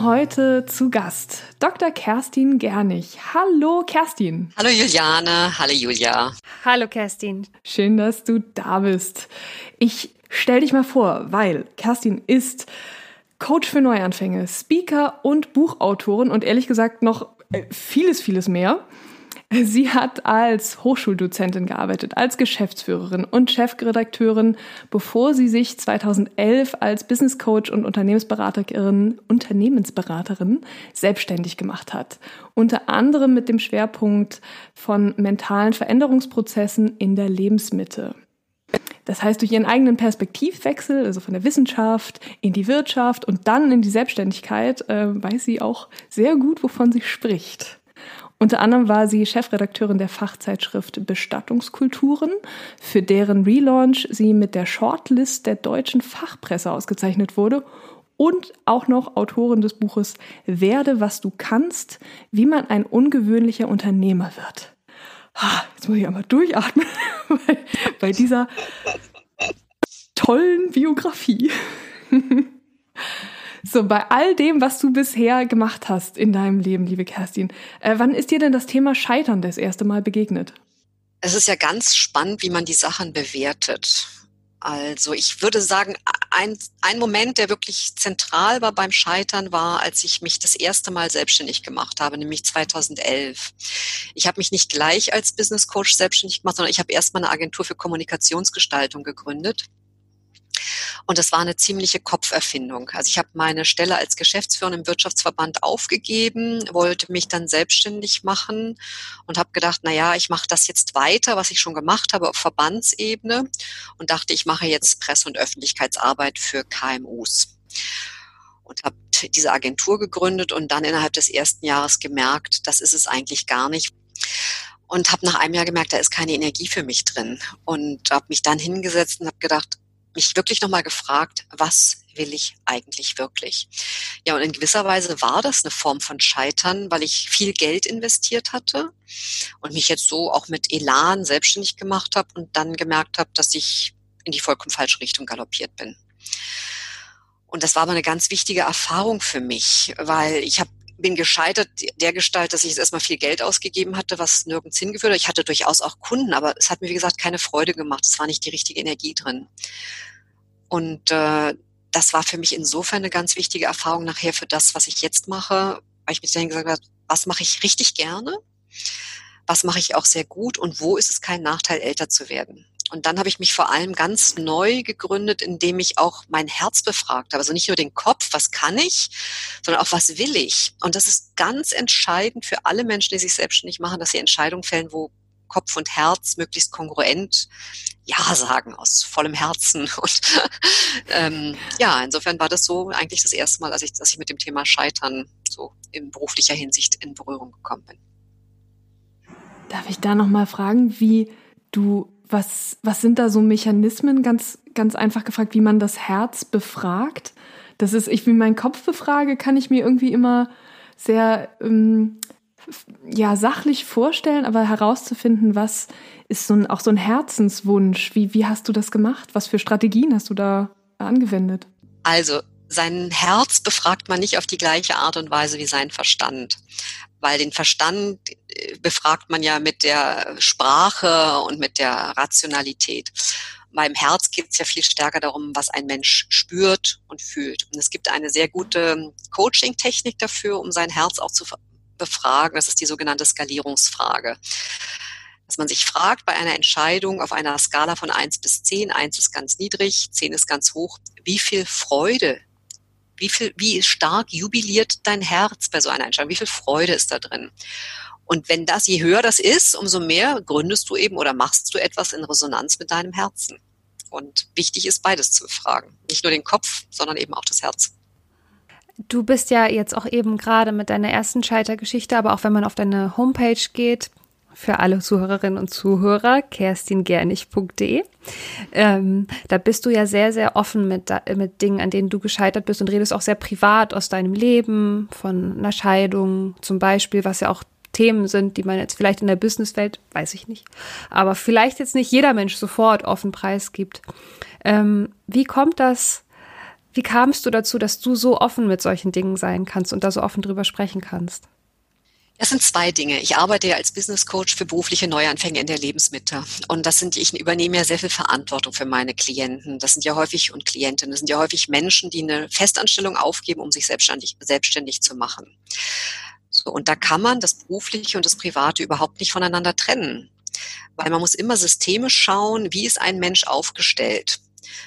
heute zu Gast Dr. Kerstin Gernig. Hallo Kerstin. Hallo Juliane, hallo Julia. Hallo Kerstin. Schön, dass du da bist. Ich stell dich mal vor, weil Kerstin ist Coach für Neuanfänge, Speaker und Buchautorin und ehrlich gesagt noch vieles mehr. Sie hat als Hochschuldozentin gearbeitet, als Geschäftsführerin und Chefredakteurin, bevor sie sich 2011 als Business Coach und Unternehmensberaterin selbstständig gemacht hat. Unter anderem mit dem Schwerpunkt von mentalen Veränderungsprozessen in der Lebensmitte. Das heißt, durch ihren eigenen Perspektivwechsel, also von der Wissenschaft in die Wirtschaft und dann in die Selbstständigkeit, weiß sie auch sehr gut, wovon sie spricht. Unter anderem war sie Chefredakteurin der Fachzeitschrift Bestattungskulturen, für deren Relaunch sie mit der Shortlist der deutschen Fachpresse ausgezeichnet wurde und auch noch Autorin des Buches Werde, was du kannst, wie man ein ungewöhnlicher Unternehmer wird. Jetzt muss ich einmal durchatmen bei dieser tollen Biografie. So, bei all dem, was du bisher gemacht hast in deinem Leben, liebe Kerstin, wann ist dir denn das Thema Scheitern das erste Mal begegnet? Es ist ja ganz spannend, wie man die Sachen bewertet. Also ich würde sagen, ein Moment, der wirklich zentral war beim Scheitern, war, als ich mich das erste Mal selbstständig gemacht habe, nämlich 2011. Ich habe mich nicht gleich als Business Coach selbstständig gemacht, sondern ich habe erstmal eine Agentur für Kommunikationsgestaltung gegründet. Und das war eine ziemliche Kopferfindung. Also ich habe meine Stelle als Geschäftsführerin im Wirtschaftsverband aufgegeben, wollte mich dann selbstständig machen und habe gedacht, ich mache das jetzt weiter, was ich schon gemacht habe auf Verbandsebene und dachte, ich mache jetzt Presse- und Öffentlichkeitsarbeit für KMUs. Und habe diese Agentur gegründet und dann innerhalb des ersten Jahres gemerkt, das ist es eigentlich gar nicht. Und habe nach einem Jahr gemerkt, da ist keine Energie für mich drin. Und habe mich dann hingesetzt und habe gedacht, mich wirklich nochmal gefragt, was will ich eigentlich wirklich? Ja, und in gewisser Weise war das eine Form von Scheitern, weil ich viel Geld investiert hatte und mich jetzt so auch mit Elan selbstständig gemacht habe und dann gemerkt habe, dass ich in die vollkommen falsche Richtung galoppiert bin. Und das war aber eine ganz wichtige Erfahrung für mich, weil bin gescheitert dergestalt, dass ich jetzt erstmal viel Geld ausgegeben hatte, was nirgends hingeführt hat. Ich hatte durchaus auch Kunden, aber es hat mir, wie gesagt, keine Freude gemacht. Es war nicht die richtige Energie drin. Und das war für mich insofern eine ganz wichtige Erfahrung nachher für das, was ich jetzt mache, weil ich mir dann gesagt habe, was mache ich richtig gerne, was mache ich auch sehr gut und wo ist es kein Nachteil, älter zu werden. Und dann habe ich mich vor allem ganz neu gegründet, indem ich auch mein Herz befragt habe. Also nicht nur den Kopf, was kann ich, sondern auch, was will ich. Und das ist ganz entscheidend für alle Menschen, die sich selbstständig machen, dass sie Entscheidungen fällen, wo Kopf und Herz möglichst kongruent Ja sagen, aus vollem Herzen. Und insofern war das so eigentlich das erste Mal, dass ich mit dem Thema Scheitern so in beruflicher Hinsicht in Berührung gekommen bin. Darf ich da nochmal fragen, was sind da so Mechanismen, ganz einfach gefragt, wie man das Herz befragt? Das ist, wie meinen Kopf befrage, kann ich mir irgendwie immer sehr sachlich vorstellen, aber herauszufinden, was ist auch so ein Herzenswunsch? Wie hast du das gemacht? Was für Strategien hast du da angewendet? Also, sein Herz befragt man nicht auf die gleiche Art und Weise wie seinen Verstand. Weil den Verstand befragt man ja mit der Sprache und mit der Rationalität. Beim Herz geht es ja viel stärker darum, was ein Mensch spürt und fühlt. Und es gibt eine sehr gute Coaching-Technik dafür, um sein Herz auch zu befragen. Das ist die sogenannte Skalierungsfrage. Dass man sich fragt bei einer Entscheidung auf einer Skala von 1 bis 10, 1 ist ganz niedrig, 10 ist ganz hoch, wie viel Freude, wie stark jubiliert dein Herz bei so einer Entscheidung? Wie viel Freude ist da drin? Und je höher das ist, umso mehr gründest du eben oder machst du etwas in Resonanz mit deinem Herzen. Und wichtig ist, beides zu befragen. Nicht nur den Kopf, sondern eben auch das Herz. Du bist ja jetzt auch eben gerade mit deiner ersten Scheitergeschichte, aber auch wenn man auf deine Homepage geht, für alle Zuhörerinnen und Zuhörer, kerstingernig.de. Da bist du ja sehr, sehr offen mit Dingen, an denen du gescheitert bist und redest auch sehr privat aus deinem Leben, von einer Scheidung zum Beispiel, was ja auch Themen sind, die man jetzt vielleicht in der Businesswelt, weiß ich nicht, aber vielleicht jetzt nicht jeder Mensch sofort offen preisgibt. Wie kommt das, Wie kamst du dazu, dass du so offen mit solchen Dingen sein kannst und da so offen drüber sprechen kannst? Das sind zwei Dinge. Ich arbeite ja als Business Coach für berufliche Neuanfänge in der Lebensmitte. Und ich übernehme ja sehr viel Verantwortung für meine Klienten. Das sind ja häufig und Klientinnen, das sind ja häufig Menschen, die eine Festanstellung aufgeben, um sich selbstständig zu machen. So, und da kann man das Berufliche und das Private überhaupt nicht voneinander trennen. Weil man muss immer systemisch schauen, wie ist ein Mensch aufgestellt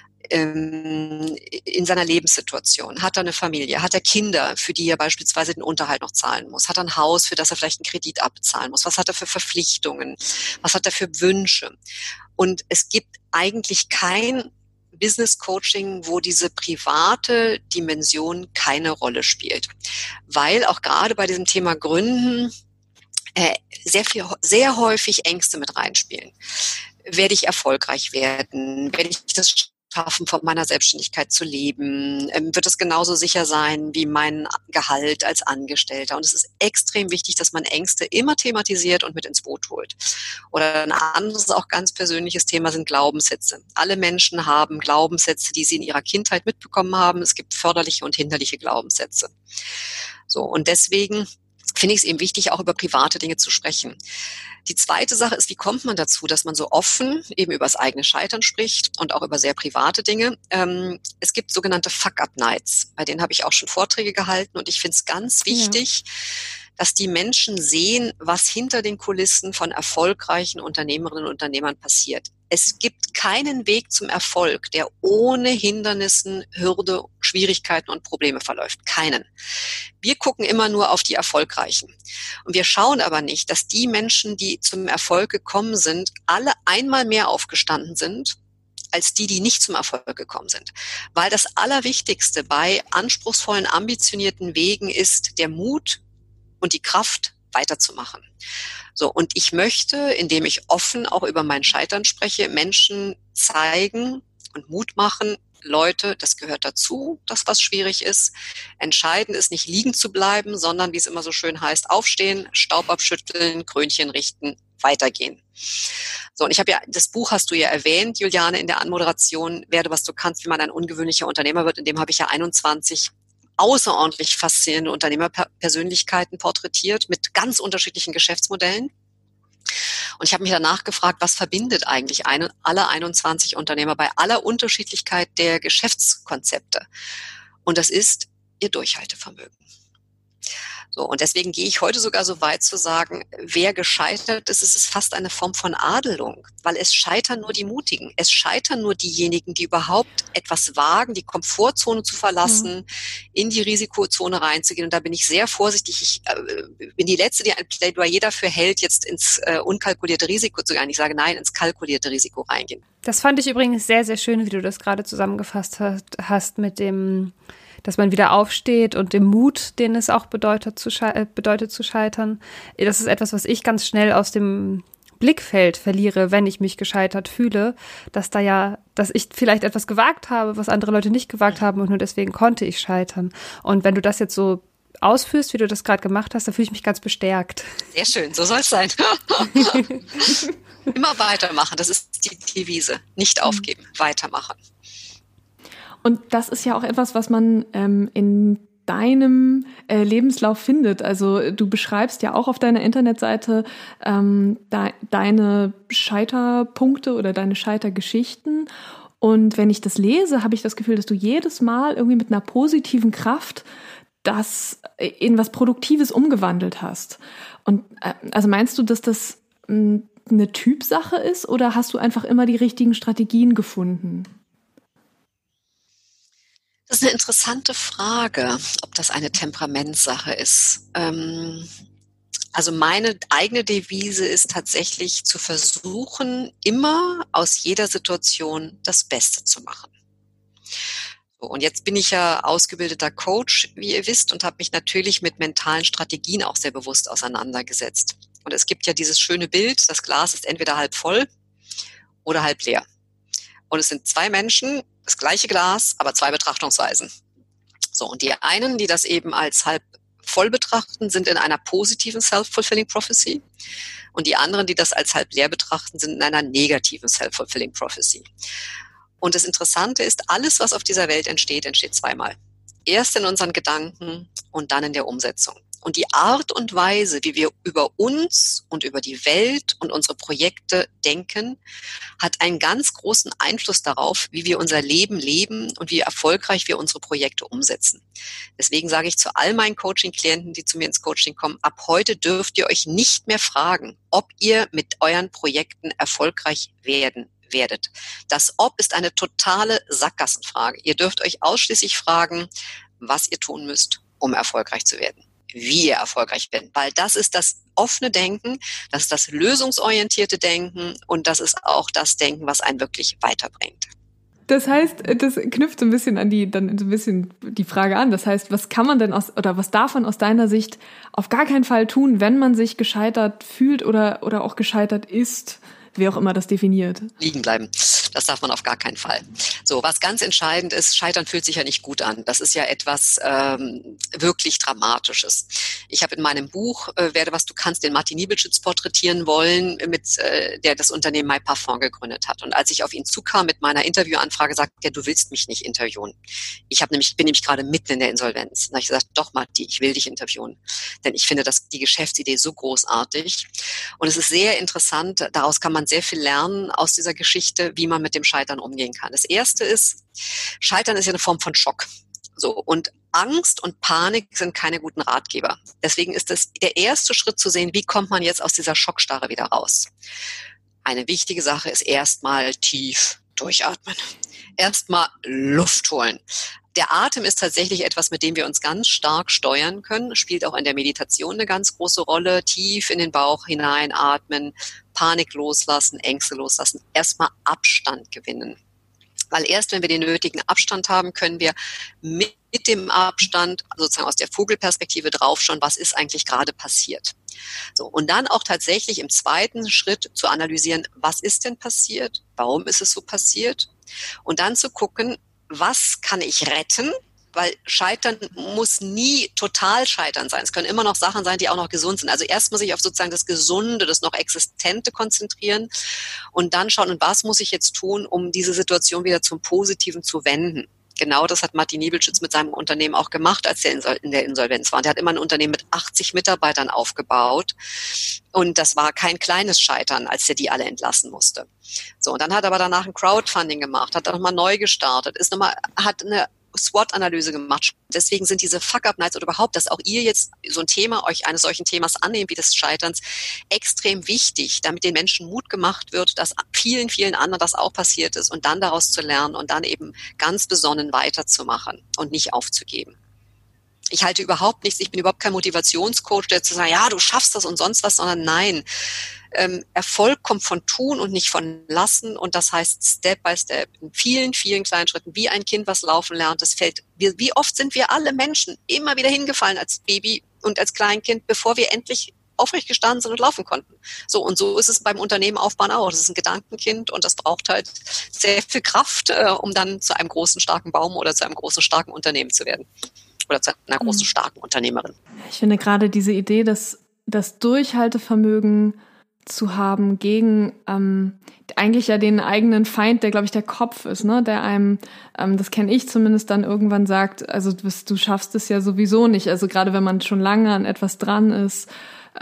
in seiner Lebenssituation. Hat er eine Familie? Hat er Kinder, für die er beispielsweise den Unterhalt noch zahlen muss? Hat er ein Haus, für das er vielleicht einen Kredit abbezahlen muss? Was hat er für Verpflichtungen? Was hat er für Wünsche? Und es gibt eigentlich kein Business Coaching, wo diese private Dimension keine Rolle spielt. Weil auch gerade bei diesem Thema Gründen sehr häufig Ängste mit reinspielen. Werde ich erfolgreich werden? Werde ich das schaffen, von meiner Selbstständigkeit zu leben? Wird es genauso sicher sein wie mein Gehalt als Angestellter? Und es ist extrem wichtig, dass man Ängste immer thematisiert und mit ins Boot holt. Oder ein anderes, auch ganz persönliches Thema sind Glaubenssätze. Alle Menschen haben Glaubenssätze, die sie in ihrer Kindheit mitbekommen haben. Es gibt förderliche und hinderliche Glaubenssätze. So, und deswegen finde ich es eben wichtig, auch über private Dinge zu sprechen. Die zweite Sache ist, wie kommt man dazu, dass man so offen eben über das eigene Scheitern spricht und auch über sehr private Dinge. Es gibt sogenannte Fuck-Up-Nights, bei denen habe ich auch schon Vorträge gehalten und ich finde es ganz wichtig, dass die Menschen sehen, was hinter den Kulissen von erfolgreichen Unternehmerinnen und Unternehmern passiert. Es gibt keinen Weg zum Erfolg, der ohne Hindernissen, Hürde, Schwierigkeiten und Probleme verläuft. Keinen. Wir gucken immer nur auf die Erfolgreichen. Und wir schauen aber nicht, dass die Menschen, die zum Erfolg gekommen sind, alle einmal mehr aufgestanden sind, als die nicht zum Erfolg gekommen sind. Weil das Allerwichtigste bei anspruchsvollen, ambitionierten Wegen ist der Mut und die Kraft, weiterzumachen. So, und ich möchte, indem ich offen auch über mein Scheitern spreche, Menschen zeigen und Mut machen, Leute, das gehört dazu, dass was schwierig ist. Entscheidend ist nicht liegen zu bleiben, sondern, wie es immer so schön heißt, aufstehen, Staub abschütteln, Krönchen richten, weitergehen. So, und das Buch hast du ja erwähnt, Juliane, in der Anmoderation, Werde, was du kannst, wie man ein ungewöhnlicher Unternehmer wird. In dem habe ich ja 21 außerordentlich faszinierende Unternehmerpersönlichkeiten porträtiert mit ganz unterschiedlichen Geschäftsmodellen. Und ich habe mich danach gefragt, was verbindet eigentlich alle 21 Unternehmer bei aller Unterschiedlichkeit der Geschäftskonzepte? Und das ist ihr Durchhaltevermögen. So, und deswegen gehe ich heute sogar so weit zu sagen, wer gescheitert ist, es ist fast eine Form von Adelung, weil es scheitern nur die Mutigen. Es scheitern nur diejenigen, die überhaupt etwas wagen, die Komfortzone zu verlassen, in die Risikozone reinzugehen. Und da bin ich sehr vorsichtig. Ich bin die Letzte, die ein Plädoyer dafür hält, jetzt ins unkalkulierte Risiko zu gehen. Ich sage nein, ins kalkulierte Risiko reingehen. Das fand ich übrigens sehr, sehr schön, wie du das gerade zusammengefasst hast mit dem, dass man wieder aufsteht und dem Mut, den es auch bedeutet zu scheitern. Das ist etwas, was ich ganz schnell aus dem Blickfeld verliere, wenn ich mich gescheitert fühle, dass ich vielleicht etwas gewagt habe, was andere Leute nicht gewagt haben und nur deswegen konnte ich scheitern. Und wenn du das jetzt so ausführst, wie du das gerade gemacht hast, da fühle ich mich ganz bestärkt. Sehr schön, so soll es sein. Immer weitermachen, das ist die Devise. Nicht aufgeben, weitermachen. Und das ist ja auch etwas, was man in deinem Lebenslauf findet. Also du beschreibst ja auch auf deiner Internetseite deine Scheiterpunkte oder deine Scheitergeschichten. Und wenn ich das lese, habe ich das Gefühl, dass du jedes Mal irgendwie mit einer positiven Kraft das in was Produktives umgewandelt hast. Und also meinst du, dass das eine Typsache ist oder hast du einfach immer die richtigen Strategien gefunden? Das ist eine interessante Frage, ob das eine Temperamentssache ist. Also meine eigene Devise ist tatsächlich zu versuchen, immer aus jeder Situation das Beste zu machen. So, und jetzt bin ich ja ausgebildeter Coach, wie ihr wisst, und habe mich natürlich mit mentalen Strategien auch sehr bewusst auseinandergesetzt. Und es gibt ja dieses schöne Bild, das Glas ist entweder halb voll oder halb leer. Und es sind zwei Menschen, das gleiche Glas, aber zwei Betrachtungsweisen. So, und die einen, die das eben als halb voll betrachten, sind in einer positiven Self-Fulfilling Prophecy. Und die anderen, die das als halb leer betrachten, sind in einer negativen Self-Fulfilling Prophecy. Und das Interessante ist, alles, was auf dieser Welt entsteht, entsteht zweimal. Erst in unseren Gedanken und dann in der Umsetzung. Und die Art und Weise, wie wir über uns und über die Welt und unsere Projekte denken, hat einen ganz großen Einfluss darauf, wie wir unser Leben leben und wie erfolgreich wir unsere Projekte umsetzen. Deswegen sage ich zu all meinen Coaching-Klienten, die zu mir ins Coaching kommen, ab heute dürft ihr euch nicht mehr fragen, ob ihr mit euren Projekten erfolgreich werdet. Das Ob ist eine totale Sackgassenfrage. Ihr dürft euch ausschließlich fragen, was ihr tun müsst, um erfolgreich zu werden. Wie ihr erfolgreich werdet. Weil das ist das offene Denken, das ist das lösungsorientierte Denken und das ist auch das Denken, was einen wirklich weiterbringt. Das heißt, das knüpft so ein bisschen an die Frage an. Das heißt, was kann man denn was darf man aus deiner Sicht auf gar keinen Fall tun, wenn man sich gescheitert fühlt oder auch gescheitert ist? Wie auch immer das definiert. Liegen bleiben. Das darf man auf gar keinen Fall. So, was ganz entscheidend ist, Scheitern fühlt sich ja nicht gut an. Das ist ja etwas wirklich Dramatisches. Ich habe in meinem Buch Werde, was du kannst, den Martin Niebelschütz porträtieren wollen, der das Unternehmen My Parfum gegründet hat. Und als ich auf ihn zukam mit meiner Interviewanfrage, sagte er, du willst mich nicht interviewen. Ich bin nämlich gerade mitten in der Insolvenz. Und da habe ich gesagt, doch Martin, ich will dich interviewen. Denn ich finde die Geschäftsidee so großartig. Und es ist sehr interessant, daraus kann man sehr viel lernen aus dieser Geschichte, wie man mit dem Scheitern umgehen kann. Das Erste ist, Scheitern ist ja eine Form von Schock. So, und Angst und Panik sind keine guten Ratgeber. Deswegen ist es der erste Schritt zu sehen, wie kommt man jetzt aus dieser Schockstarre wieder raus. Eine wichtige Sache ist erstmal tief durchatmen. Erstmal Luft holen. Der Atem ist tatsächlich etwas, mit dem wir uns ganz stark steuern können, spielt auch in der Meditation eine ganz große Rolle. Tief in den Bauch hineinatmen, Panik loslassen, Ängste loslassen, erstmal Abstand gewinnen. Weil erst wenn wir den nötigen Abstand haben, können wir mit dem Abstand sozusagen aus der Vogelperspektive draufschauen, was ist eigentlich gerade passiert. So, und dann auch tatsächlich im zweiten Schritt zu analysieren, was ist denn passiert, warum ist es so passiert und dann zu gucken, was kann ich retten? Weil Scheitern muss nie total Scheitern sein. Es können immer noch Sachen sein, die auch noch gesund sind. Also erst muss ich auf sozusagen das Gesunde, das noch Existente konzentrieren und dann schauen, und was muss ich jetzt tun, um diese Situation wieder zum Positiven zu wenden. Genau das hat Martin Niebelschütz mit seinem Unternehmen auch gemacht, als er in der Insolvenz war. Und er hat immer ein Unternehmen mit 80 Mitarbeitern aufgebaut. Und das war kein kleines Scheitern, als er die alle entlassen musste. So, und dann hat er aber danach ein Crowdfunding gemacht, hat nochmal neu gestartet, hat eine SWOT-Analyse gemacht. Deswegen sind diese Fuck-Up-Nights oder überhaupt, dass auch ihr jetzt so ein Thema, euch eines solchen Themas annehmt wie des Scheiterns, extrem wichtig, damit den Menschen Mut gemacht wird, dass vielen, vielen anderen das auch passiert ist und dann daraus zu lernen und dann eben ganz besonnen weiterzumachen und nicht aufzugeben. Ich halte überhaupt nichts, ich bin überhaupt kein Motivationscoach, der zu sagen, ja, du schaffst das und sonst was, sondern nein. Erfolg kommt von Tun und nicht von Lassen und das heißt Step by Step, in vielen, vielen kleinen Schritten, wie ein Kind, was laufen lernt, wie oft sind wir alle Menschen immer wieder hingefallen als Baby und als Kleinkind, bevor wir endlich aufrecht gestanden sind und laufen konnten. So, und so ist es beim Unternehmen aufbauen auch. Das ist ein Gedankenkind und das braucht halt sehr viel Kraft, um dann zu einem großen, starken Baum oder zu einem großen, starken Unternehmen zu werden. Oder zu einer großen, starken Unternehmerin. Ich finde gerade diese Idee, dass das Durchhaltevermögen zu haben gegen eigentlich ja den eigenen Feind, der, glaube ich, der Kopf ist, ne? Der einem, das kenne ich zumindest, dann irgendwann sagt, also du schaffst es ja sowieso nicht. Also gerade wenn man schon lange an etwas dran ist,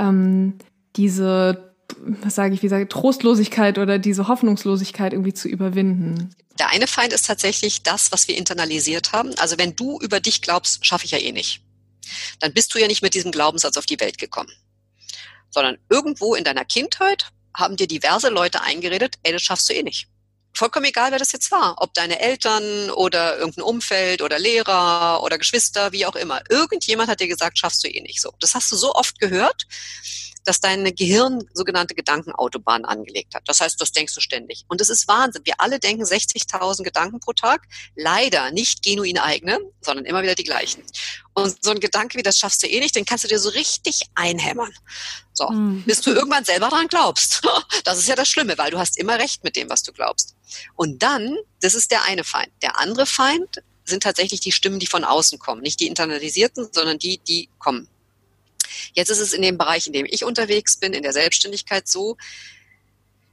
diese, Trostlosigkeit oder diese Hoffnungslosigkeit irgendwie zu überwinden. Der eine Feind ist tatsächlich das, was wir internalisiert haben. Also wenn du über dich glaubst, schaffe ich ja eh nicht, dann bist du ja nicht mit diesem Glaubenssatz auf die Welt gekommen. Sondern irgendwo in deiner Kindheit haben dir diverse Leute eingeredet, ey, das schaffst du eh nicht. Vollkommen egal, wer das jetzt war. Ob deine Eltern oder irgendein Umfeld oder Lehrer oder Geschwister, wie auch immer. Irgendjemand hat dir gesagt, schaffst du eh nicht so. Das hast du so oft gehört, dass dein Gehirn sogenannte Gedankenautobahn angelegt hat. Das heißt, das denkst du ständig. Und das ist Wahnsinn. Wir alle denken 60.000 Gedanken pro Tag. Leider nicht genuin eigene, sondern immer wieder die gleichen. Und so ein Gedanke wie, das schaffst du eh nicht, den kannst du dir so richtig einhämmern. So, bis du irgendwann selber dran glaubst. Das ist ja das Schlimme, weil du hast immer recht mit dem, was du glaubst. Und dann, das ist der eine Feind. Der andere Feind sind tatsächlich die Stimmen, die von außen kommen. Nicht die internalisierten, sondern die kommen. Jetzt ist es in dem Bereich, in dem ich unterwegs bin, in der Selbstständigkeit so,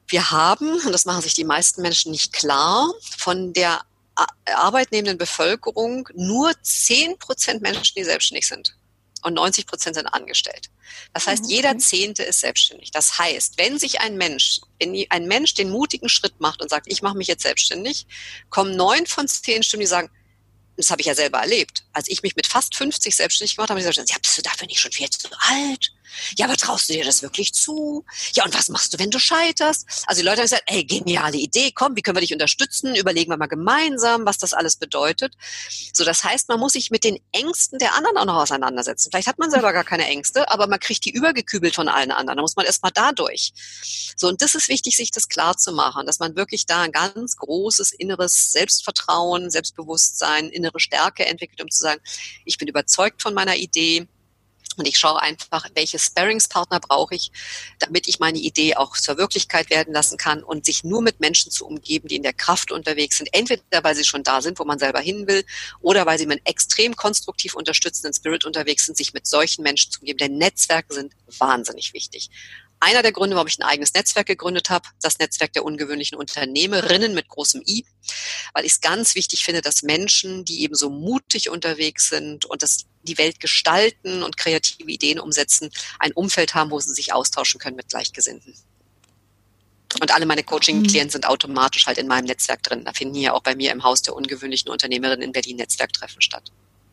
Wir haben, und das machen sich die meisten Menschen nicht klar, von der arbeitnehmenden Bevölkerung nur 10% Menschen, die selbstständig sind. Und 90% sind angestellt. Das heißt, jeder Zehnte ist selbstständig. Das heißt, wenn ein Mensch den mutigen Schritt macht und sagt, ich mache mich jetzt selbstständig, kommen 9 von 10 Stimmen, die sagen, das habe ich ja selber erlebt. Als ich mich mit fast 50 selbstständig gemacht habe, habe ich gesagt, ja, bist du dafür nicht schon viel zu alt? Ja, aber traust du dir das wirklich zu? Ja, und was machst du, wenn du scheiterst? Also die Leute haben gesagt, ey, geniale Idee, komm, wie können wir dich unterstützen? Überlegen wir mal gemeinsam, was das alles bedeutet. So, das heißt, man muss sich mit den Ängsten der anderen auch noch auseinandersetzen. Vielleicht hat man selber gar keine Ängste, aber man kriegt die übergekübelt von allen anderen. Da muss man erst mal da durch. So, und das ist wichtig, sich das klar zu machen, dass man wirklich da ein ganz großes inneres Selbstvertrauen, Selbstbewusstsein, innere Stärke entwickelt, um zu sagen, ich bin überzeugt von meiner Idee. Und ich schaue einfach, welche Sparringspartner brauche ich, damit ich meine Idee auch zur Wirklichkeit werden lassen kann und sich nur mit Menschen zu umgeben, die in der Kraft unterwegs sind. Entweder weil sie schon da sind, wo man selber hin will, oder weil sie mit extrem konstruktiv unterstützenden Spirit unterwegs sind, sich mit solchen Menschen zu umgeben. Denn Netzwerke sind wahnsinnig wichtig. Einer der Gründe, warum ich ein eigenes Netzwerk gegründet habe, das Netzwerk der ungewöhnlichen Unternehmerinnen mit großem I, weil ich es ganz wichtig finde, dass Menschen, die eben so mutig unterwegs sind und die Welt gestalten und kreative Ideen umsetzen, ein Umfeld haben, wo sie sich austauschen können mit Gleichgesinnten. Und alle meine Coaching-Klienten sind automatisch halt in meinem Netzwerk drin. Da finden hier auch bei mir im Haus der ungewöhnlichen Unternehmerinnen in Berlin Netzwerktreffen statt.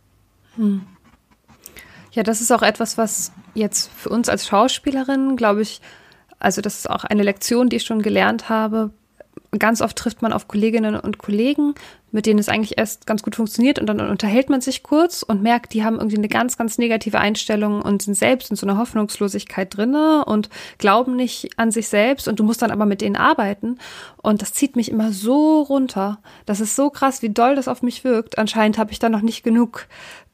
Ja, das ist auch etwas, was jetzt für uns als Schauspielerin, glaube ich, also das ist auch eine Lektion, die ich schon gelernt habe. Ganz oft trifft man auf Kolleginnen und Kollegen, mit denen es eigentlich erst ganz gut funktioniert und dann unterhält man sich kurz und merkt, die haben irgendwie eine ganz, ganz negative Einstellung und sind selbst in so einer Hoffnungslosigkeit drinne und glauben nicht an sich selbst und du musst dann aber mit denen arbeiten und das zieht mich immer so runter. Das ist so krass, wie doll das auf mich wirkt. Anscheinend habe ich da noch nicht genug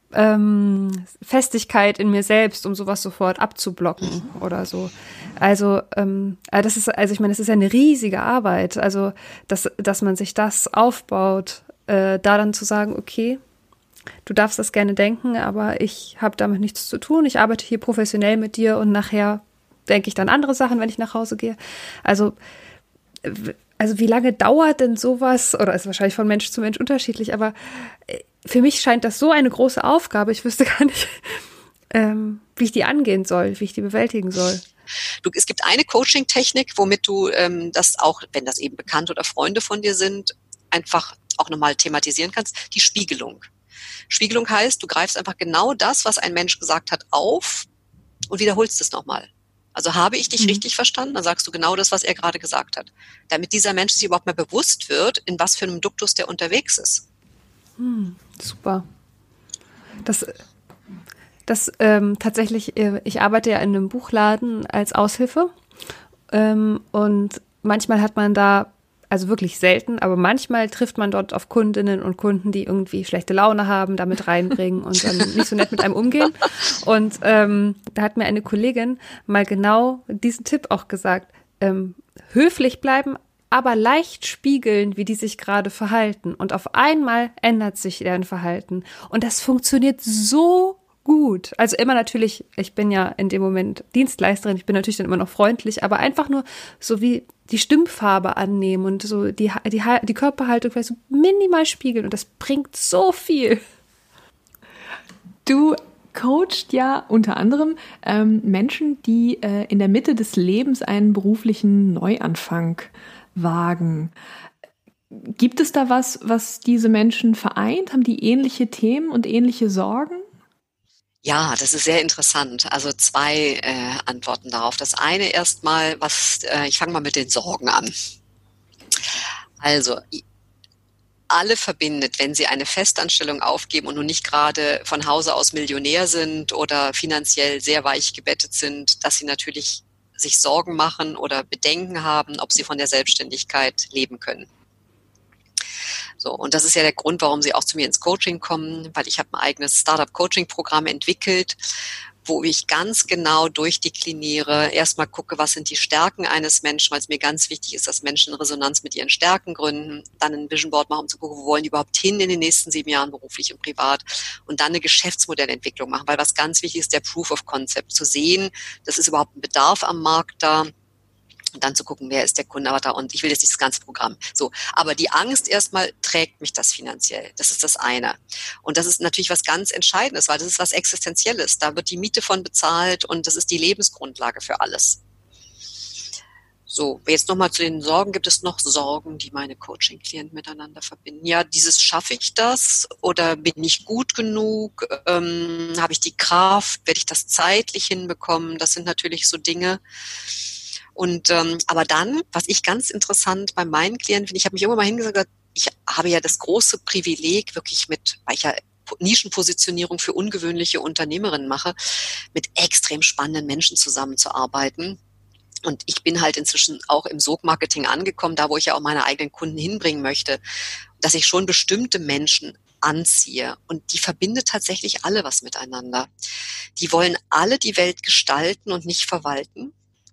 Festigkeit in mir selbst, um sowas sofort abzublocken oder so. Also das ist, also ich meine, es ist ja eine riesige Arbeit, also dass man sich das aufbaut, da dann zu sagen, okay, du darfst das gerne denken, aber ich habe damit nichts zu tun, ich arbeite hier professionell mit dir und nachher denke ich dann andere Sachen, wenn ich nach Hause gehe. Also wie lange dauert denn sowas, oder ist wahrscheinlich von Mensch zu Mensch unterschiedlich, aber für mich scheint das so eine große Aufgabe, ich wüsste gar nicht, wie ich die angehen soll, wie ich die bewältigen soll. Es gibt eine Coaching-Technik, womit du das auch, wenn das eben Bekannte oder Freunde von dir sind, einfach auch nochmal thematisieren kannst, die Spiegelung. Spiegelung heißt, du greifst einfach genau das, was ein Mensch gesagt hat, auf und wiederholst es nochmal. Also habe ich dich richtig verstanden? Dann sagst du genau das, was er gerade gesagt hat. Damit dieser Mensch sich überhaupt mal bewusst wird, in was für einem Duktus der unterwegs ist. Super. Das tatsächlich, ich arbeite ja in einem Buchladen als Aushilfe und manchmal hat man da, also wirklich selten, aber manchmal trifft man dort auf Kundinnen und Kunden, die irgendwie schlechte Laune haben, damit reinbringen und dann nicht so nett mit einem umgehen. Und da hat mir eine Kollegin mal genau diesen Tipp auch gesagt, höflich bleiben, aber leicht spiegeln, wie die sich gerade verhalten. Und auf einmal ändert sich deren Verhalten. Und das funktioniert so gut. Also immer natürlich, ich bin ja in dem Moment Dienstleisterin, ich bin natürlich dann immer noch freundlich, aber einfach nur so wie die Stimmfarbe annehmen und so die Körperhaltung vielleicht so minimal spiegeln und das bringt so viel. Du coacht ja unter anderem Menschen, die in der Mitte des Lebens einen beruflichen Neuanfang wagen. Gibt es da was diese Menschen vereint? Haben die ähnliche Themen und ähnliche Sorgen? Ja, das ist sehr interessant. Also 2 Antworten darauf. Das eine erstmal, ich fange mal mit den Sorgen an. Also alle verbindet, wenn sie eine Festanstellung aufgeben und nun nicht gerade von Hause aus Millionär sind oder finanziell sehr weich gebettet sind, dass sie natürlich sich Sorgen machen oder Bedenken haben, ob sie von der Selbstständigkeit leben können. So, und das ist ja der Grund, warum sie auch zu mir ins Coaching kommen, weil ich habe ein eigenes Startup-Coaching-Programm entwickelt, wo ich ganz genau durchdekliniere, erstmal gucke, was sind die Stärken eines Menschen, weil es mir ganz wichtig ist, dass Menschen in Resonanz mit ihren Stärken gründen, dann ein Vision Board machen, um zu gucken, wo wollen die überhaupt hin in den nächsten 7 Jahren, beruflich und privat, und dann eine Geschäftsmodellentwicklung machen, weil was ganz wichtig ist, der Proof of Concept, zu sehen, das ist überhaupt ein Bedarf am Markt da. Und dann zu gucken, wer ist der Kundenavatar, und ich will jetzt nicht das ganze Programm. So, aber die Angst erstmal, trägt mich das finanziell? Das ist das eine. Und das ist natürlich was ganz Entscheidendes, weil das ist was Existenzielles. Da wird die Miete von bezahlt und das ist die Lebensgrundlage für alles. So, jetzt nochmal zu den Sorgen. Gibt es noch Sorgen, die meine Coaching-Klienten miteinander verbinden? Ja, schaffe ich das oder bin ich gut genug? Habe ich die Kraft? Werde ich das zeitlich hinbekommen? Das sind natürlich so Dinge. Und aber dann, was ich ganz interessant bei meinen Klienten finde, ich habe mich immer mal hingesagt, ich habe ja das große Privileg, wirklich weil ich ja Nischenpositionierung für ungewöhnliche Unternehmerinnen mache, mit extrem spannenden Menschen zusammenzuarbeiten. Und ich bin halt inzwischen auch im Sog-Marketing angekommen, da wo ich ja auch meine eigenen Kunden hinbringen möchte, dass ich schon bestimmte Menschen anziehe. Und die verbindet tatsächlich alle was miteinander. Die wollen alle die Welt gestalten und nicht verwalten.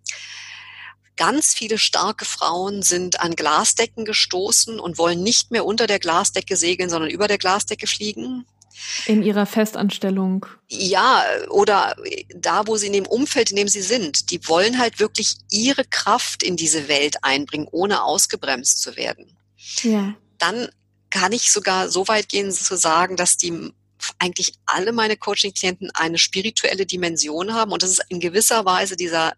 Ganz viele starke Frauen sind an Glasdecken gestoßen und wollen nicht mehr unter der Glasdecke segeln, sondern über der Glasdecke fliegen. In ihrer Festanstellung. Ja, oder da, wo sie in dem Umfeld, in dem sie sind. Die wollen halt wirklich ihre Kraft in diese Welt einbringen, ohne ausgebremst zu werden. Ja. Dann kann ich sogar so weit gehen, zu sagen, dass eigentlich alle meine Coaching-Klienten eine spirituelle Dimension haben. Und das ist in gewisser Weise dieser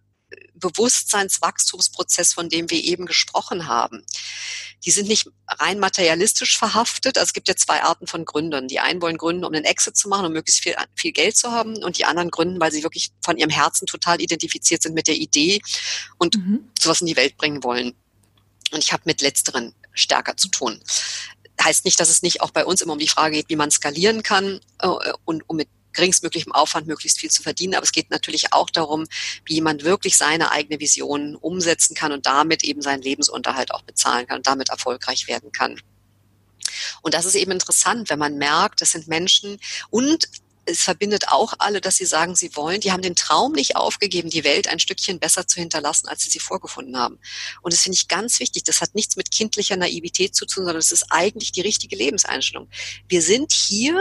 Bewusstseinswachstumsprozess, von dem wir eben gesprochen haben. Die sind nicht rein materialistisch verhaftet. Also es gibt ja zwei Arten von Gründern. Die einen wollen gründen, um einen Exit zu machen, um möglichst viel Geld zu haben. Und die anderen gründen, weil sie wirklich von ihrem Herzen total identifiziert sind mit der Idee und sowas in die Welt bringen wollen. Und ich habe mit Letzteren stärker zu tun. Heißt nicht, dass es nicht auch bei uns immer um die Frage geht, wie man skalieren kann und um mit geringstmöglichem Aufwand möglichst viel zu verdienen. Aber es geht natürlich auch darum, wie jemand wirklich seine eigene Vision umsetzen kann und damit eben seinen Lebensunterhalt auch bezahlen kann und damit erfolgreich werden kann. Und das ist eben interessant, wenn man merkt, das sind Menschen, und es verbindet auch alle, dass sie sagen, die haben den Traum nicht aufgegeben, die Welt ein Stückchen besser zu hinterlassen, als sie vorgefunden haben. Und das finde ich ganz wichtig. Das hat nichts mit kindlicher Naivität zu tun, sondern es ist eigentlich die richtige Lebenseinstellung. Wir sind hier,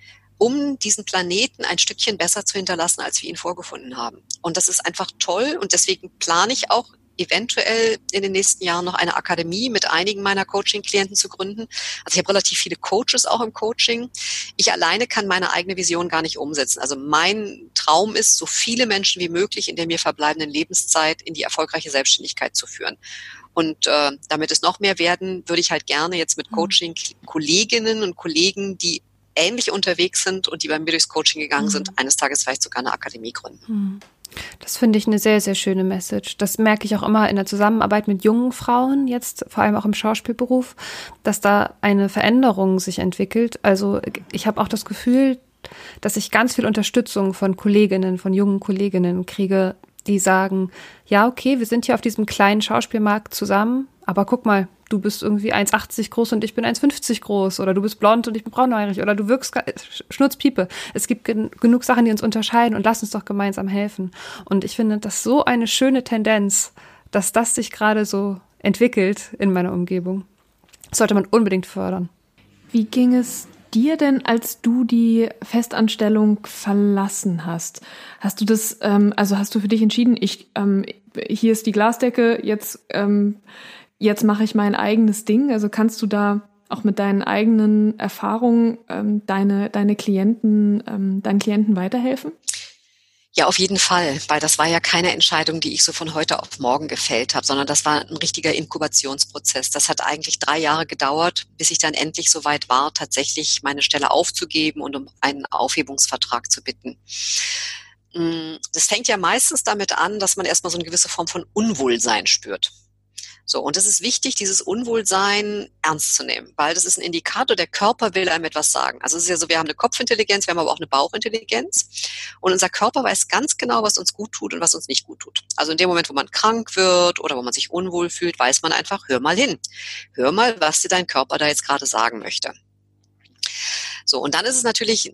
um diesen Planeten ein Stückchen besser zu hinterlassen, als wir ihn vorgefunden haben. Und das ist einfach toll, und deswegen plane ich auch eventuell in den nächsten Jahren noch eine Akademie mit einigen meiner Coaching-Klienten zu gründen. Also ich habe relativ viele Coaches auch im Coaching. Ich alleine kann meine eigene Vision gar nicht umsetzen. Also mein Traum ist, so viele Menschen wie möglich in der mir verbleibenden Lebenszeit in die erfolgreiche Selbstständigkeit zu führen. Und damit es noch mehr werden, würde ich halt gerne jetzt mit Coaching-Kolleginnen und Kollegen, die ähnlich unterwegs sind und die bei mir durchs Coaching gegangen sind, eines Tages vielleicht sogar eine Akademie gründen. Das finde ich eine sehr, sehr schöne Message. Das merke ich auch immer in der Zusammenarbeit mit jungen Frauen, jetzt vor allem auch im Schauspielberuf, dass da eine Veränderung sich entwickelt. Also ich habe auch das Gefühl, dass ich ganz viel Unterstützung von Kolleginnen, von jungen Kolleginnen kriege, die sagen, ja, okay, wir sind hier auf diesem kleinen Schauspielmarkt zusammen, aber guck mal, du bist irgendwie 1,80 groß und ich bin 1,50 groß, oder du bist blond und ich bin braunhaarig, oder du wirkst Schnurzpiepe. Es gibt genug Sachen, die uns unterscheiden, und lass uns doch gemeinsam helfen. Und ich finde das so eine schöne Tendenz, dass das sich gerade so entwickelt in meiner Umgebung. Das sollte man unbedingt fördern. Wie ging es dir denn, als du die Festanstellung verlassen hast? Hast du das, hast du für dich entschieden, hier ist die Glasdecke, jetzt mache ich mein eigenes Ding? Also kannst du da auch mit deinen eigenen Erfahrungen deinen Klienten weiterhelfen? Ja, auf jeden Fall, weil das war ja keine Entscheidung, die ich so von heute auf morgen gefällt habe, sondern das war ein richtiger Inkubationsprozess. Das hat eigentlich 3 Jahre gedauert, bis ich dann endlich so weit war, tatsächlich meine Stelle aufzugeben und um einen Aufhebungsvertrag zu bitten. Das fängt ja meistens damit an, dass man erstmal so eine gewisse Form von Unwohlsein spürt. So, und es ist wichtig, dieses Unwohlsein ernst zu nehmen, weil das ist ein Indikator, der Körper will einem etwas sagen. Also es ist ja so, wir haben eine Kopfintelligenz, wir haben aber auch eine Bauchintelligenz, und unser Körper weiß ganz genau, was uns gut tut und was uns nicht gut tut. Also in dem Moment, wo man krank wird oder wo man sich unwohl fühlt, weiß man einfach, hör mal hin. Hör mal, was dir dein Körper da jetzt gerade sagen möchte. So, und dann ist es natürlich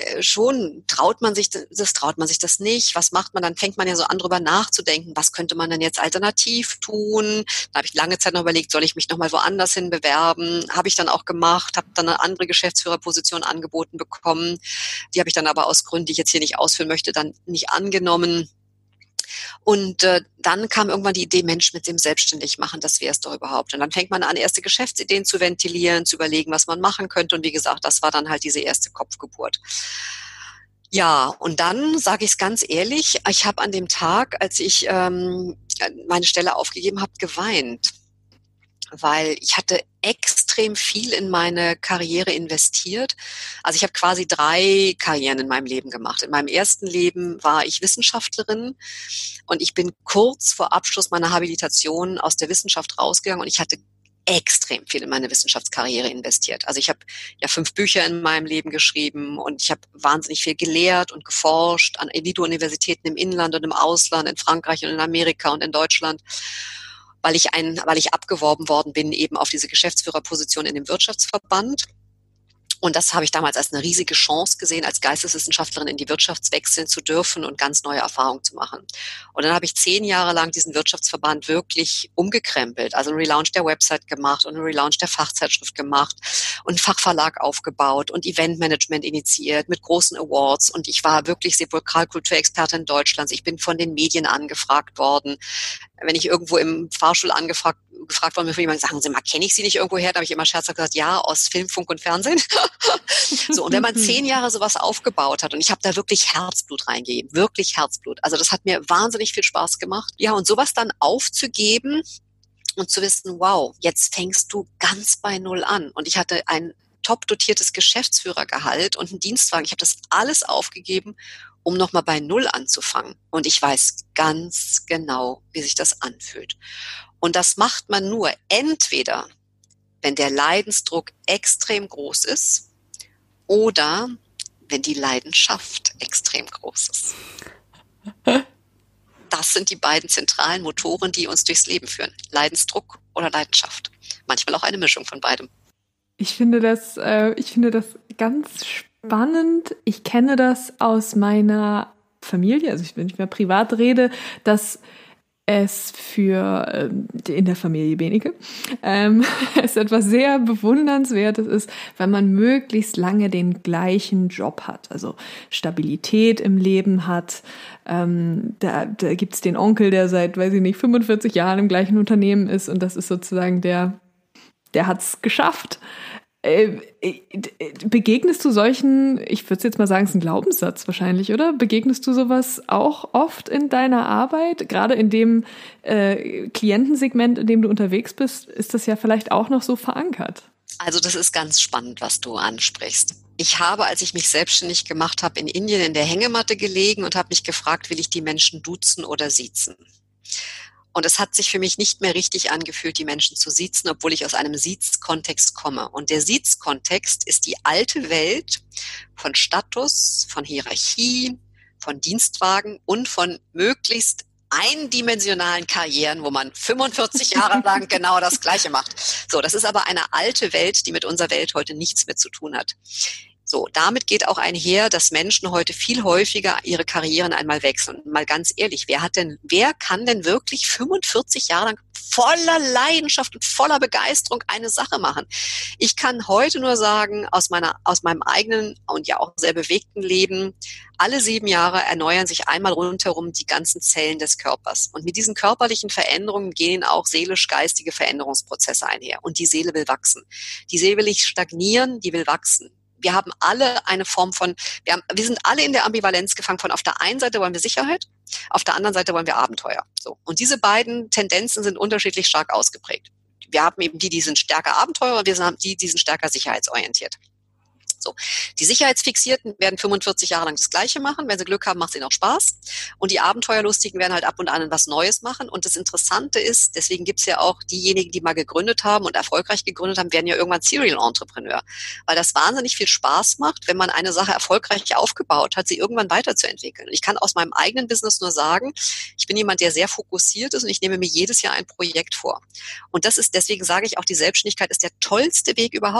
traut man sich das nicht? Was macht man? Dann fängt man ja so an, drüber nachzudenken, was könnte man denn jetzt alternativ tun? Da habe ich lange Zeit noch überlegt, soll ich mich nochmal woanders hin bewerben? Habe ich dann auch gemacht, habe dann eine andere Geschäftsführerposition angeboten bekommen. Die habe ich dann aber aus Gründen, die ich jetzt hier nicht ausführen möchte, dann nicht angenommen. Und dann kam irgendwann die Idee, Mensch, mit dem selbstständig machen, das wäre es doch überhaupt. Und dann fängt man an, erste Geschäftsideen zu ventilieren, zu überlegen, was man machen könnte. Und wie gesagt, das war dann halt diese erste Kopfgeburt. Ja, und dann sage ich es ganz ehrlich, ich habe an dem Tag, als ich meine Stelle aufgegeben habe, geweint, weil ich hatte extrem viel in meine Karriere investiert. Also ich habe quasi 3 Karrieren in meinem Leben gemacht. In meinem ersten Leben war ich Wissenschaftlerin und ich bin kurz vor Abschluss meiner Habilitation aus der Wissenschaft rausgegangen und ich hatte extrem viel in meine Wissenschaftskarriere investiert. Also ich habe ja 5 Bücher in meinem Leben geschrieben und ich habe wahnsinnig viel gelehrt und geforscht an Elite-Universitäten im Inland und im Ausland, in Frankreich und in Amerika und in Deutschland, weil ich abgeworben worden bin eben auf diese Geschäftsführerposition in dem Wirtschaftsverband. Und das habe ich damals als eine riesige Chance gesehen, als Geisteswissenschaftlerin in die Wirtschaft wechseln zu dürfen und ganz neue Erfahrungen zu machen. Und dann habe ich 10 Jahre lang diesen Wirtschaftsverband wirklich umgekrempelt, also einen Relaunch der Website gemacht und einen Relaunch der Fachzeitschrift gemacht und einen Fachverlag aufgebaut und Eventmanagement initiiert mit großen Awards. Und ich war wirklich Sepulkralkulturexpertin Deutschlands. Ich bin von den Medien angefragt worden. Wenn ich irgendwo im Fahrstuhl gefragt worden bin von jemandem, sagen Sie mal, kenne ich Sie nicht irgendwo her? Da habe ich immer scherzhaft gesagt, ja, aus Film, Funk und Fernsehen. So, und wenn man 10 Jahre sowas aufgebaut hat und ich habe da wirklich Herzblut reingegeben, wirklich Herzblut. Also das hat mir wahnsinnig viel Spaß gemacht. Ja, und sowas dann aufzugeben und zu wissen, wow, jetzt fängst du ganz bei Null an. Und ich hatte ein top dotiertes Geschäftsführergehalt und einen Dienstwagen. Ich habe das alles aufgegeben, um nochmal bei Null anzufangen. Und ich weiß ganz genau, wie sich das anfühlt. Und das macht man nur entweder, wenn der Leidensdruck extrem groß ist oder wenn die Leidenschaft extrem groß ist. Das sind die beiden zentralen Motoren, die uns durchs Leben führen. Leidensdruck oder Leidenschaft. Manchmal auch eine Mischung von beidem. Ich finde das ganz spannend. Ich kenne das aus meiner Familie, also wenn ich mal privat rede, dass es für in der Familie wenige es etwas sehr Bewundernswertes ist, wenn man möglichst lange den gleichen Job hat, also Stabilität im Leben hat. Da gibt's den Onkel, der seit, 45 Jahren im gleichen Unternehmen ist und das ist sozusagen der hat's geschafft. Begegnest du solchen, ich würde jetzt mal sagen, es ist ein Glaubenssatz wahrscheinlich, oder? Begegnest du sowas auch oft in deiner Arbeit? Gerade in dem Klientensegment, in dem du unterwegs bist, ist das ja vielleicht auch noch so verankert. Also das ist ganz spannend, was du ansprichst. Ich habe, als ich mich selbstständig gemacht habe, in Indien in der Hängematte gelegen und habe mich gefragt, will ich die Menschen duzen oder siezen? Und es hat sich für mich nicht mehr richtig angefühlt, die Menschen zu siezen, obwohl ich aus einem Siez-Kontext komme. Und der Siez-Kontext ist die alte Welt von Status, von Hierarchie, von Dienstwagen und von möglichst eindimensionalen Karrieren, wo man 45 Jahre lang genau das Gleiche macht. So, das ist aber eine alte Welt, die mit unserer Welt heute nichts mehr zu tun hat. So, damit geht auch einher, dass Menschen heute viel häufiger ihre Karrieren einmal wechseln. Mal ganz ehrlich, wer kann denn wirklich 45 Jahre lang voller Leidenschaft und voller Begeisterung eine Sache machen? Ich kann heute nur sagen, aus meinem eigenen und ja auch sehr bewegten Leben, alle 7 Jahre erneuern sich einmal rundherum die ganzen Zellen des Körpers. Und mit diesen körperlichen Veränderungen gehen auch seelisch-geistige Veränderungsprozesse einher. Und die Seele will wachsen. Die Seele will nicht stagnieren, die will wachsen. Wir haben alle eine Form von, wir sind alle in der Ambivalenz gefangen von, auf der einen Seite wollen wir Sicherheit, auf der anderen Seite wollen wir Abenteuer. So. Und diese beiden Tendenzen sind unterschiedlich stark ausgeprägt. Wir haben eben die sind stärker Abenteuer und wir haben die sind stärker sicherheitsorientiert. So. Die Sicherheitsfixierten werden 45 Jahre lang das Gleiche machen. Wenn sie Glück haben, macht es ihnen auch Spaß. Und die Abenteuerlustigen werden halt ab und an was Neues machen. Und das Interessante ist, deswegen gibt's ja auch diejenigen, die mal gegründet haben und erfolgreich gegründet haben, werden ja irgendwann Serial Entrepreneur. Weil das wahnsinnig viel Spaß macht, wenn man eine Sache erfolgreich aufgebaut hat, sie irgendwann weiterzuentwickeln. Und ich kann aus meinem eigenen Business nur sagen, ich bin jemand, der sehr fokussiert ist und ich nehme mir jedes Jahr ein Projekt vor. Und deswegen sage ich auch, die Selbstständigkeit ist der tollste Weg überhaupt.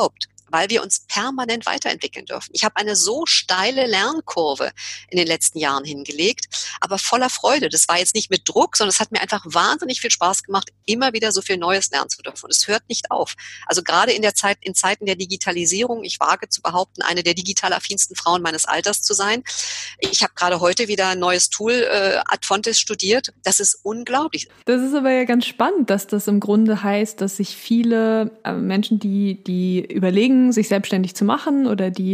weil wir uns permanent weiterentwickeln dürfen. Ich habe eine so steile Lernkurve in den letzten Jahren hingelegt, aber voller Freude. Das war jetzt nicht mit Druck, sondern es hat mir einfach wahnsinnig viel Spaß gemacht, immer wieder so viel Neues lernen zu dürfen. Und es hört nicht auf. Also gerade in Zeiten der Digitalisierung, ich wage zu behaupten, eine der digital affinsten Frauen meines Alters zu sein. Ich habe gerade heute wieder ein neues Tool, Adfontes, studiert. Das ist unglaublich. Das ist aber ja ganz spannend, dass das im Grunde heißt, dass sich viele Menschen, die überlegen, sich selbstständig zu machen oder die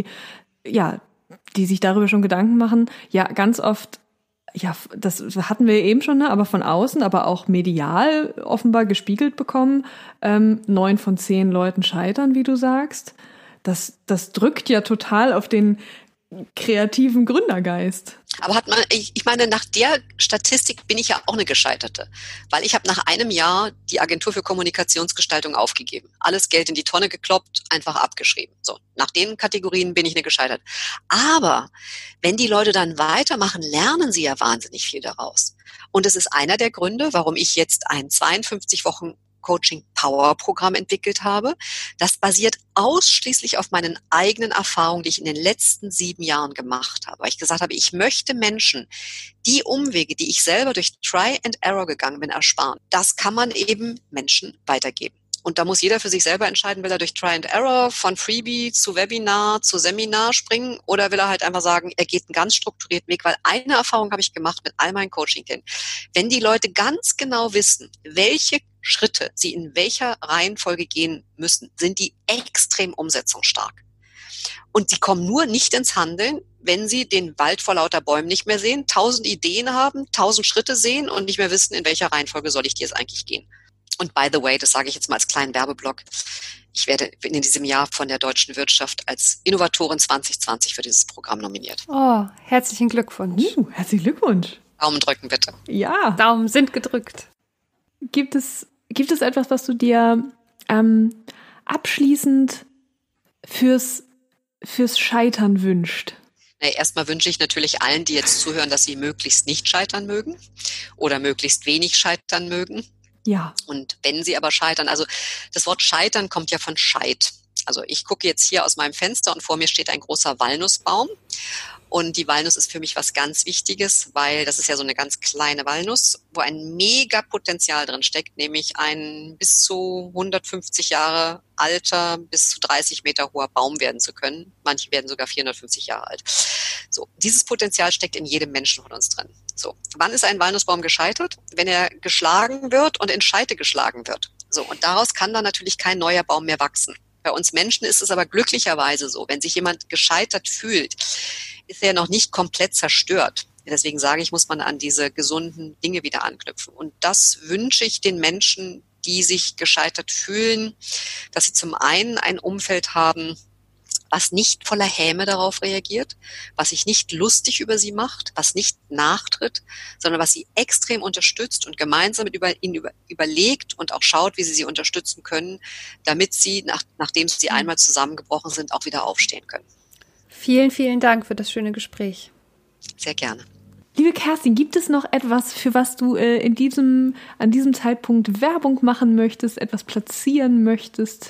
sich darüber schon Gedanken machen, ja ganz oft, ja, das hatten wir eben schon, ne, aber von außen, aber auch medial offenbar gespiegelt bekommen, 9 von 10 Leuten scheitern, wie du sagst. Das drückt ja total auf den kreativen Gründergeist. Aber ich meine, nach der Statistik bin ich ja auch eine Gescheiterte. Weil ich habe nach einem Jahr die Agentur für Kommunikationsgestaltung aufgegeben. Alles Geld in die Tonne gekloppt, einfach abgeschrieben. So, nach den Kategorien bin ich eine Gescheiterte. Aber wenn die Leute dann weitermachen, lernen sie ja wahnsinnig viel daraus. Und es ist einer der Gründe, warum ich jetzt ein 52 Wochen Coaching-Power-Programm entwickelt habe. Das basiert ausschließlich auf meinen eigenen Erfahrungen, die ich in den letzten 7 Jahren gemacht habe. Weil ich gesagt habe, ich möchte Menschen die Umwege, die ich selber durch Try and Error gegangen bin, ersparen. Das kann man eben Menschen weitergeben. Und da muss jeder für sich selber entscheiden, will er durch Try and Error von Freebie zu Webinar zu Seminar springen oder will er halt einfach sagen, er geht einen ganz strukturierten Weg, weil eine Erfahrung habe ich gemacht mit all meinen Coaching-Klienten. Wenn die Leute ganz genau wissen, welche Schritte sie in welcher Reihenfolge gehen müssen, sind die extrem umsetzungsstark. Und sie kommen nur nicht ins Handeln, wenn sie den Wald vor lauter Bäumen nicht mehr sehen, 1000 Ideen haben, 1000 Schritte sehen und nicht mehr wissen, in welcher Reihenfolge soll ich die jetzt eigentlich gehen. Und by the way, das sage ich jetzt mal als kleinen Werbeblock, ich werde in diesem Jahr von der Deutschen Wirtschaft als Innovatorin 2020 für dieses Programm nominiert. Oh, herzlichen Glückwunsch. Herzlichen Glückwunsch. Daumen drücken, bitte. Ja. Daumen sind gedrückt. Gibt es etwas, was du dir abschließend fürs Scheitern wünscht? Erstmal wünsche ich natürlich allen, die jetzt zuhören, dass sie möglichst nicht scheitern mögen oder möglichst wenig scheitern mögen. Ja. Und wenn sie aber scheitern, also das Wort scheitern kommt ja von Scheit. Also ich gucke jetzt hier aus meinem Fenster und vor mir steht ein großer Walnussbaum. Und die Walnuss ist für mich was ganz Wichtiges, weil das ist ja so eine ganz kleine Walnuss, wo ein mega Potenzial drin steckt, nämlich ein bis zu 150 Jahre alter, bis zu 30 Meter hoher Baum werden zu können. Manche werden sogar 450 Jahre alt. So, dieses Potenzial steckt in jedem Menschen von uns drin. So, wann ist ein Walnussbaum gescheitert? Wenn er geschlagen wird und in Scheite geschlagen wird. So, und daraus kann dann natürlich kein neuer Baum mehr wachsen. Bei uns Menschen ist es aber glücklicherweise so, wenn sich jemand gescheitert fühlt, ist er noch nicht komplett zerstört. Deswegen sage ich, muss man an diese gesunden Dinge wieder anknüpfen. Und das wünsche ich den Menschen, die sich gescheitert fühlen, dass sie zum einen ein Umfeld haben, was nicht voller Häme darauf reagiert, was sich nicht lustig über sie macht, was nicht nachtritt, sondern was sie extrem unterstützt und gemeinsam mit ihnen überlegt und auch schaut, wie sie unterstützen können, damit sie, nachdem sie einmal zusammengebrochen sind, auch wieder aufstehen können. Vielen, vielen Dank für das schöne Gespräch. Sehr gerne. Liebe Kerstin, gibt es noch etwas, für was du an diesem Zeitpunkt Werbung machen möchtest, etwas platzieren möchtest?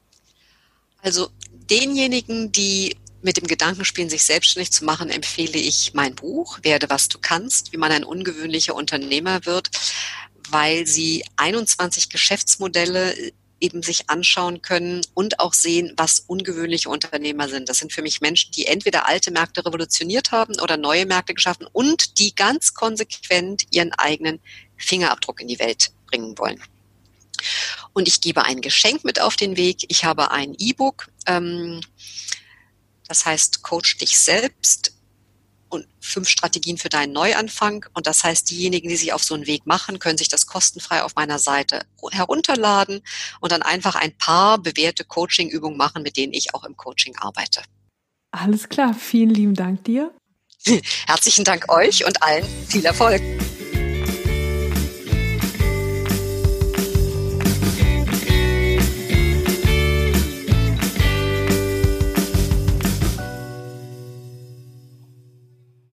Also denjenigen, die mit dem Gedanken spielen, sich selbstständig zu machen, empfehle ich mein Buch, Werde, was du kannst, wie man ein ungewöhnlicher Unternehmer wird, weil sie 21 Geschäftsmodelle eben sich anschauen können und auch sehen, was ungewöhnliche Unternehmer sind. Das sind für mich Menschen, die entweder alte Märkte revolutioniert haben oder neue Märkte geschaffen und die ganz konsequent ihren eigenen Fingerabdruck in die Welt bringen wollen. Und ich gebe ein Geschenk mit auf den Weg. Ich habe ein E-Book, das heißt Coach dich selbst und 5 Strategien für deinen Neuanfang. Und das heißt, diejenigen, die sich auf so einen Weg machen, können sich das kostenfrei auf meiner Seite herunterladen und dann einfach ein paar bewährte Coaching-Übungen machen, mit denen ich auch im Coaching arbeite. Alles klar, vielen lieben Dank dir. Herzlichen Dank euch und allen viel Erfolg.